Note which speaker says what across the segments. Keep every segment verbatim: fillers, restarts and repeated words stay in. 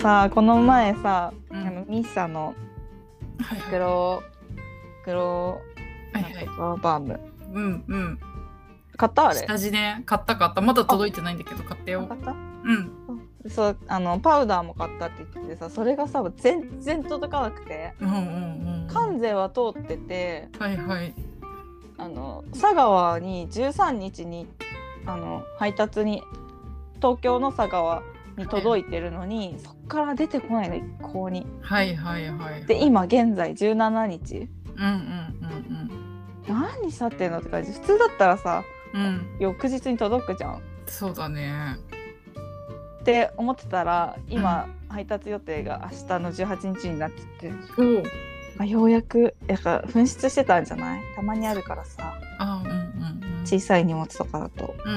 Speaker 1: さこの前さ、
Speaker 2: うん、
Speaker 1: あのミッサの
Speaker 2: はいはい
Speaker 1: 黒黒
Speaker 2: はい
Speaker 1: なん
Speaker 2: はい
Speaker 1: とかバーム
Speaker 2: うんうん
Speaker 1: 買ったあれ
Speaker 2: 下地ね買った買ったまだ届いてないんだけど買ったよ。
Speaker 1: 買った
Speaker 2: うん
Speaker 1: そうあのパウダーも買ったって言っててさ、それがさ全然届かなくて、
Speaker 2: うんうんうん
Speaker 1: 関税は通ってて、
Speaker 2: はいはい
Speaker 1: あの佐川にじゅうさんにちにあの配達に東京の佐川に届いてるのに、はい、そっから出てこないの一向に。
Speaker 2: はいはいはい、
Speaker 1: で今現在じゅうしちにち。
Speaker 2: うんうんうん
Speaker 1: 何日経ってんのって感じ。普通だったらさ、
Speaker 2: うんうん
Speaker 1: 翌日に届くじゃん
Speaker 2: そうだね
Speaker 1: って思ってたら、今、うん、配達予定が明日のじゅうはちにちになってて、
Speaker 2: お
Speaker 1: あようやくやっぱ紛失してたんじゃない？たまにあるからさ、
Speaker 2: あ、うんうんうん、
Speaker 1: 小さい荷物とかだと、
Speaker 2: うんうんうん、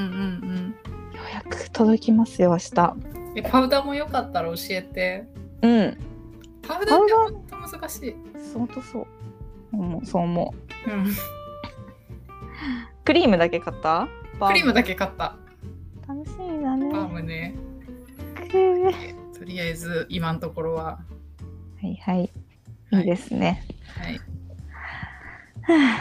Speaker 1: ようやく届きますよ明日。
Speaker 2: えパウダーもよかったら教えて。
Speaker 1: うん
Speaker 2: パウダーって本当難しい。
Speaker 1: そうとそう思うそう思う、
Speaker 2: うん、
Speaker 1: クリームだけ買った？
Speaker 2: クリームだけ買った。
Speaker 1: 楽しみだね。
Speaker 2: バームねとりあえず今のところは
Speaker 1: はいはいいいですね。
Speaker 2: はい、
Speaker 1: はい、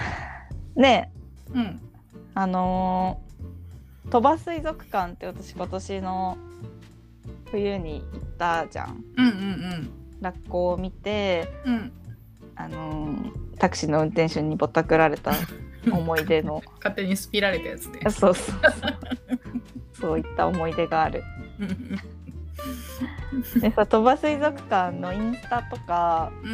Speaker 1: ね
Speaker 2: え、うん、
Speaker 1: あのー、鳥羽水族館って私今年の冬に行ったじゃん。
Speaker 2: うんうんうん
Speaker 1: ラッコを見て、
Speaker 2: うん、
Speaker 1: あのー、タクシーの運転手にぼったくられた思い出の
Speaker 2: 勝手にスピられたやつで、
Speaker 1: そうそうそうそういった思い出があるでさ、鳥羽水族館のインスタとか、
Speaker 2: うん、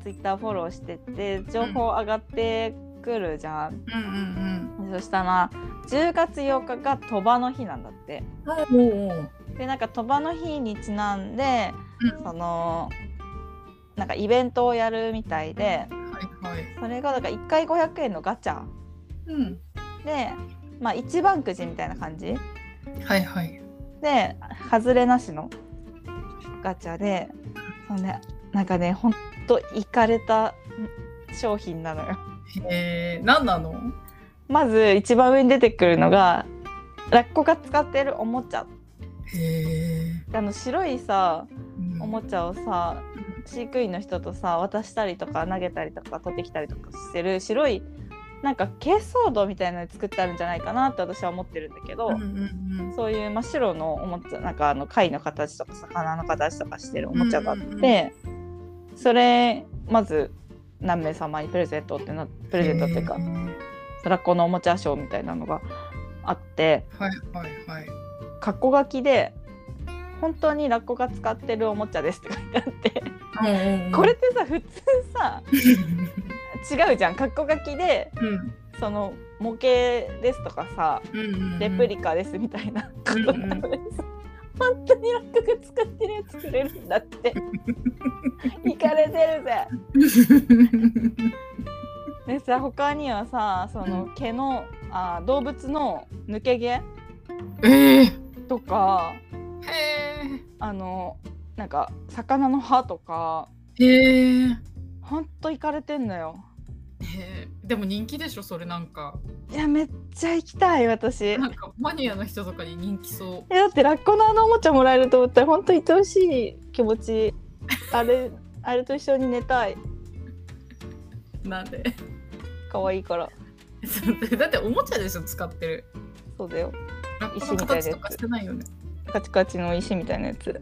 Speaker 1: ツイッターフォローしてて情報上がってくるじゃん、
Speaker 2: うんうん
Speaker 1: うん、そしたらじゅうがつようかが鳥羽の日なんだって。
Speaker 2: うん、
Speaker 1: でなんか鳥羽の日にちなんで、
Speaker 2: うん、
Speaker 1: そのなんかイベントをやるみたいで、
Speaker 2: はいはい、
Speaker 1: それがだからいっかいごひゃくえんのガチャ、
Speaker 2: うん、
Speaker 1: で、まあ、一番くじみたいな感じ
Speaker 2: はいはい
Speaker 1: で、外れなしのガチャで、そのね、なんかねほんとイカれた商品なのよ。
Speaker 2: へえ、何なの？
Speaker 1: まず一番上に出てくるのがラッコが使ってるおもちゃ。
Speaker 2: へえ、
Speaker 1: あの白いさ、
Speaker 2: うん、
Speaker 1: おもちゃをさ飼育員の人とさ渡したりとか投げたりとか取ってきたりとかしてる白いなんか珪藻土みたいなので作ってあるんじゃないかなって私は思ってるんだけど、
Speaker 2: うんうんうん、
Speaker 1: そういう真っ白のおもちゃ、なんかあの貝の形とか魚の形とかしてるおもちゃがあって、
Speaker 2: うんうんうん、
Speaker 1: それまず何名様にプレゼントってなプレゼントっていうかラッコのおもちゃショーみたいなのがあって、
Speaker 2: はいはいはい、
Speaker 1: カッコ書きで本当にラッコが使ってるおもちゃですって書いてあって、うんうん、これってさ普通さ違うじゃん。カッコ書きで、うん、その模型ですとかさ、うんうんうん、レプリカですみたいなことなので、うんうん、本当にラッコが使ってるやつ作れるんだっていかれてるぜでさ、他にはさ、その毛のあ動物の抜け毛、えー、とか、へー、あのなんか魚の歯とか、へー、ほんとイカれてんのよ。
Speaker 2: へー、でも人気でしょそれ。なんか
Speaker 1: いやめっちゃ行きたい私。
Speaker 2: なんかマニアの人とかに人気そう。
Speaker 1: いやだってラッコのあのおもちゃもらえると思ったらほんと愛おしい気持ちあれあれと一緒に寝たい。
Speaker 2: なんで？
Speaker 1: 可愛いから
Speaker 2: だっておもちゃでしょ使ってる。
Speaker 1: そうだよ。
Speaker 2: ラッコの形とかしてないよね。
Speaker 1: カチカチの石みたいなやつ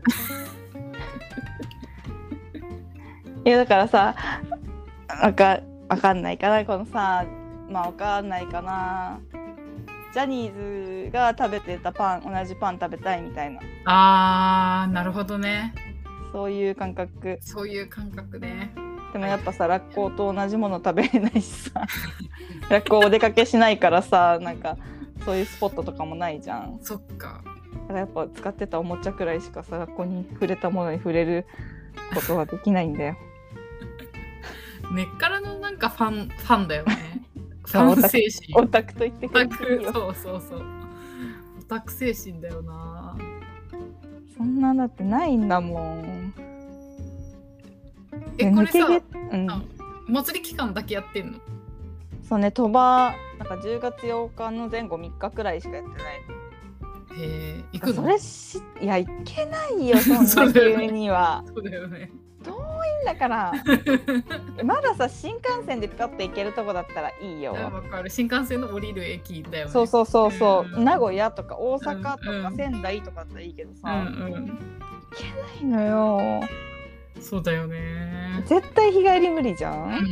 Speaker 1: いやだからさ、わか、わかんないかなこのさ、まあわかんないかな、ジャニーズが食べてたパン、同じパン食べたいみたいな。
Speaker 2: あー、なるほどね。
Speaker 1: そういう感覚。
Speaker 2: そういう感覚ね。
Speaker 1: でもやっぱさ、ラッコと同じもの食べれないしさラッコお出かけしないからさ、なんかそういうスポットとかもないじゃん。
Speaker 2: そっか。
Speaker 1: だからやっぱ使ってたおもちゃくらいしかさ、ラッコに触れたものに触れることはできないんだよ
Speaker 2: 根っからのなんかファン、ファンだよねファン精神。
Speaker 1: オタクと言ってくれていいよ。
Speaker 2: そうそうそう、オタク精神だよな。
Speaker 1: そんなだってないんだもん。
Speaker 2: え、これさ、
Speaker 1: うん、
Speaker 2: 祭り期間だけやってんの？
Speaker 1: そうね、鳥羽なんかじゅうがつようかの前後みっかくらいしかやってない。
Speaker 2: へえ、行くの？
Speaker 1: それしいや行けないよそんな急には。
Speaker 2: そうだよね。
Speaker 1: 遠いんだからまださ新幹線でピョッと行けるとこだったらいいよ。
Speaker 2: わかる。新幹線の降りる駅だよね。
Speaker 1: そうそうそうそう、
Speaker 2: うん、
Speaker 1: 名古屋とか大阪とか、
Speaker 2: うん、
Speaker 1: 仙台とかだったらいいけどさ、
Speaker 2: うんうん、
Speaker 1: 行けないのよ。
Speaker 2: そうだよね。
Speaker 1: 絶対日帰り無理じゃん。
Speaker 2: うんうんうん。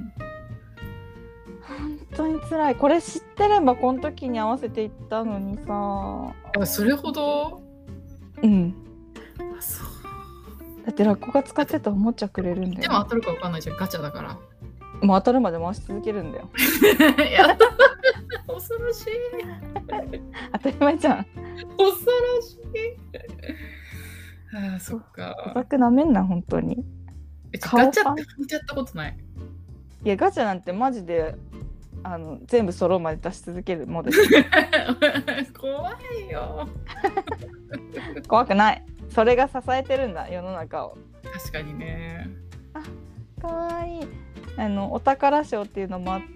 Speaker 1: 本当に辛い。これ知ってればこの時に合わせて行ったのにさ。
Speaker 2: それほど？
Speaker 1: うん。
Speaker 2: あ、そう。
Speaker 1: だってラッコが使ってたおもちゃくれるんだよ。
Speaker 2: でも当たるか分かんないじゃん、ガチャだから。
Speaker 1: もう当たるまで回し続けるんだよ。
Speaker 2: や恐ろしい。
Speaker 1: 当たり前じゃん。
Speaker 2: 恐ろしい。ああ、そっか。
Speaker 1: オタクなめんな本当に。
Speaker 2: ガチャって引いちゃったことない。
Speaker 1: いやガチャなんてマジであの全部揃うまで出し続けるものです。
Speaker 2: 怖いよ。
Speaker 1: 怖くない。それが支えてるんだ世の中を。
Speaker 2: 確かにね。
Speaker 1: あ、かわいい。あのお宝賞っていうのもあって、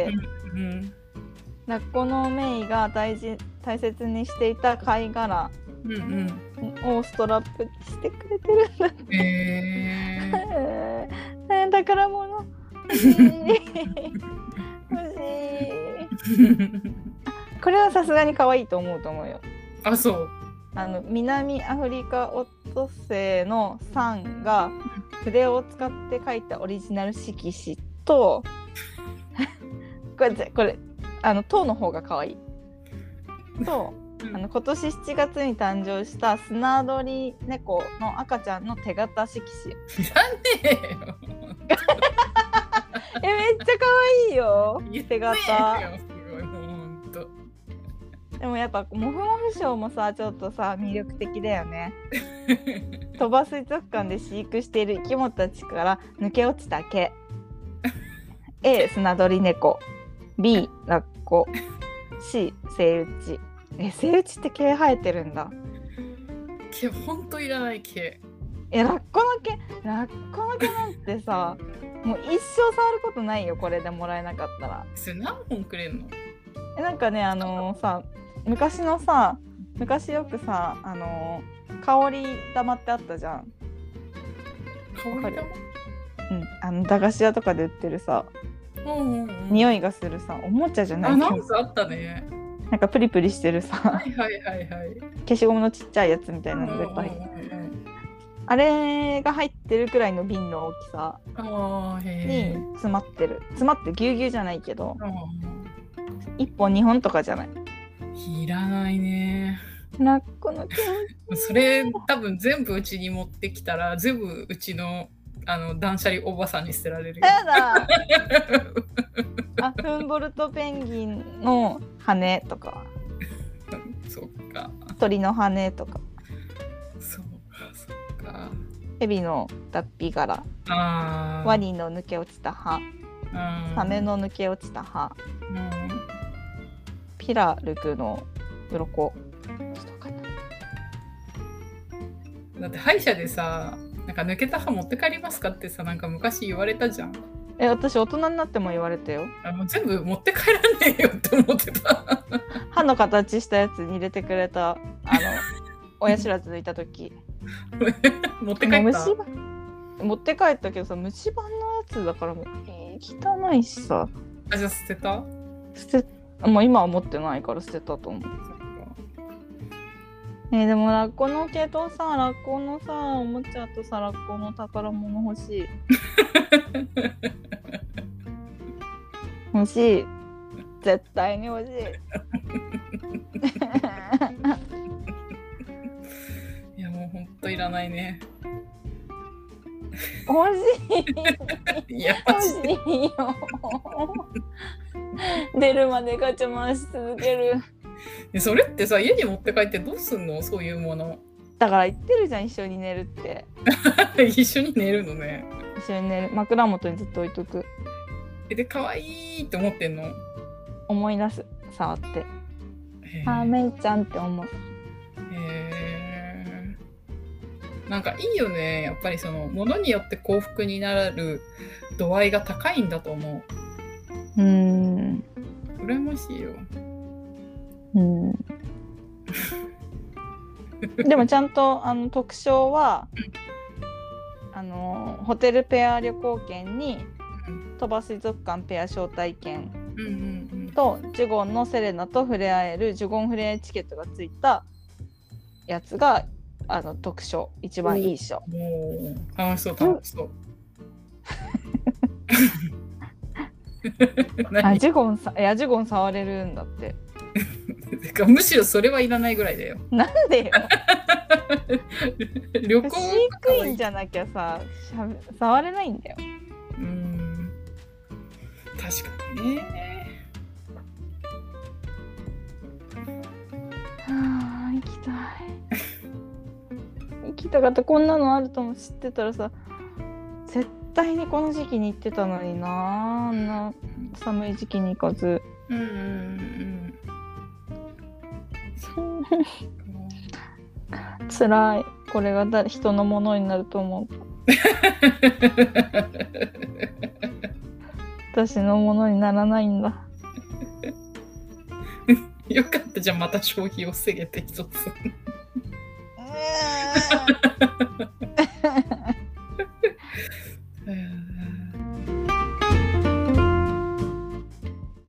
Speaker 2: うんうん、
Speaker 1: ラッコのメイが大事大切にしていた貝殻をストラップしてくれてるんだって。
Speaker 2: えー、
Speaker 1: えー、宝物欲しい欲しい。これはさすがに可愛いと思うと思うよ。
Speaker 2: あ、そう。
Speaker 1: あの南アフリカオットセイのサンが筆を使って書いたオリジナル色紙とこれこれあの塔の方が可愛いと、あの今年しちがつに誕生したスナドリ猫の赤ちゃんの手形色紙。
Speaker 2: いらねえよ。
Speaker 1: え、めっちゃ可愛いよ手形。でもやっぱモフモフショーもさちょっとさ魅力的だよね。鳥羽水族館で飼育している生き物たちから抜け落ちた毛。A スナドリ猫、 B ラッコ、 C セイウチ。え、セイウチって毛生えてるんだ。
Speaker 2: 毛ほんといらない毛。
Speaker 1: え、ラッコの毛ラッコの毛なんてさもう一生触ることないよこれでもらえなかったら。
Speaker 2: それ何本くれんの？
Speaker 1: え、なんかねあのー、さ昔のさ昔よくさあのー、香り玉ってあったじゃん。
Speaker 2: 香り玉？うん、
Speaker 1: あの駄菓子屋とかで売ってるさ、
Speaker 2: うんうんうん、
Speaker 1: 匂いがするさおもちゃじゃない
Speaker 2: けど、あ、なんかあったね。
Speaker 1: なんかプリプリしてるさ、
Speaker 2: はいはいはいはい、
Speaker 1: 消しゴムのちっちゃいやつみたいなのがいっぱい入ってる、うんうんうん、あれが入ってるくらいの瓶の大きさに詰まってる。詰まってぎゅうぎゅうじゃないけど、いっぽんにほんとかじゃない。
Speaker 2: いらないね。
Speaker 1: ラッコの毛
Speaker 2: それ多分全部うちに持ってきたら全部うちのあの断捨離おばさんに捨てられるよ。
Speaker 1: やだ。あ、フンボルトペンギンの羽とか
Speaker 2: そっか。
Speaker 1: 鳥の羽とか。
Speaker 2: そうかそうか。
Speaker 1: ヘビの脱皮殻、
Speaker 2: あ、
Speaker 1: ワニの抜け落ちた歯、サメの抜け落ちた歯、
Speaker 2: うん、
Speaker 1: ピラルクの鱗。
Speaker 2: だって歯医者でさ、なんか抜けた歯持って帰りますかってさ、なんか昔言われたじゃん。
Speaker 1: え、私大人になっても言われたよ。
Speaker 2: あ、もう全部持って帰らねえよって思ってた。
Speaker 1: 歯の形したやつに入れてくれたあの親知らず抜いた時
Speaker 2: 持って帰った。
Speaker 1: 虫歯持って帰ったけどさ、虫歯のやつだからもう、えー、汚いしさ。
Speaker 2: あ、じゃあ捨てた？
Speaker 1: 捨て、もう今は持ってないから捨てたと思う。えー、でもラッコの毛とさ、ラッコのさおもちゃとさ、ラッコの宝物欲しい。欲しい。絶対に欲しい。
Speaker 2: いやもうほんといらないね。
Speaker 1: 欲しい。
Speaker 2: いや
Speaker 1: 欲しいよ。出るまでガチャ回し続ける。
Speaker 2: それってさ、家に持って帰ってどうすんの？そういうもの。
Speaker 1: だから言ってるじゃん、一緒に寝るって。
Speaker 2: 一緒に寝るのね。
Speaker 1: 一緒に寝る。枕元にずっと置いとく。
Speaker 2: で、可愛いって思ってんの？
Speaker 1: 思い出す、触って。あー、めいちゃんって思う。
Speaker 2: へー。なんかいいよね。やっぱりその物によって幸福になる度合いが高いんだと思う。
Speaker 1: うーん。
Speaker 2: 羨ましいよ。
Speaker 1: うん。 でもちゃんとあの特賞は、うん、あのホテルペア旅行券に、うん、鳥羽水族館ペア招待券、うんうんうん、とジュゴンのセレナと触れ合えるジュゴン触れ合いチケットがついたやつがあの特賞一番いい賞。
Speaker 2: もう楽しそう楽しそう。
Speaker 1: あジュゴンさいやジュゴン触れるんだって。
Speaker 2: てかむしろそれはいらないぐらいだよ。
Speaker 1: なんでよ。
Speaker 2: 旅行
Speaker 1: 飼育員じゃなきゃさ触れないんだよ。
Speaker 2: うーん確かにね。
Speaker 1: はあ行きたい。行きたかった。こんなのあるとも知ってたらさ絶対にこの時期に行ってたのにな。あんな寒い時期に行かず。うんうんうん辛い。これが誰人のものになると思うと私のものにならないんだ。
Speaker 2: よかったじゃんまた消費を防げて一つ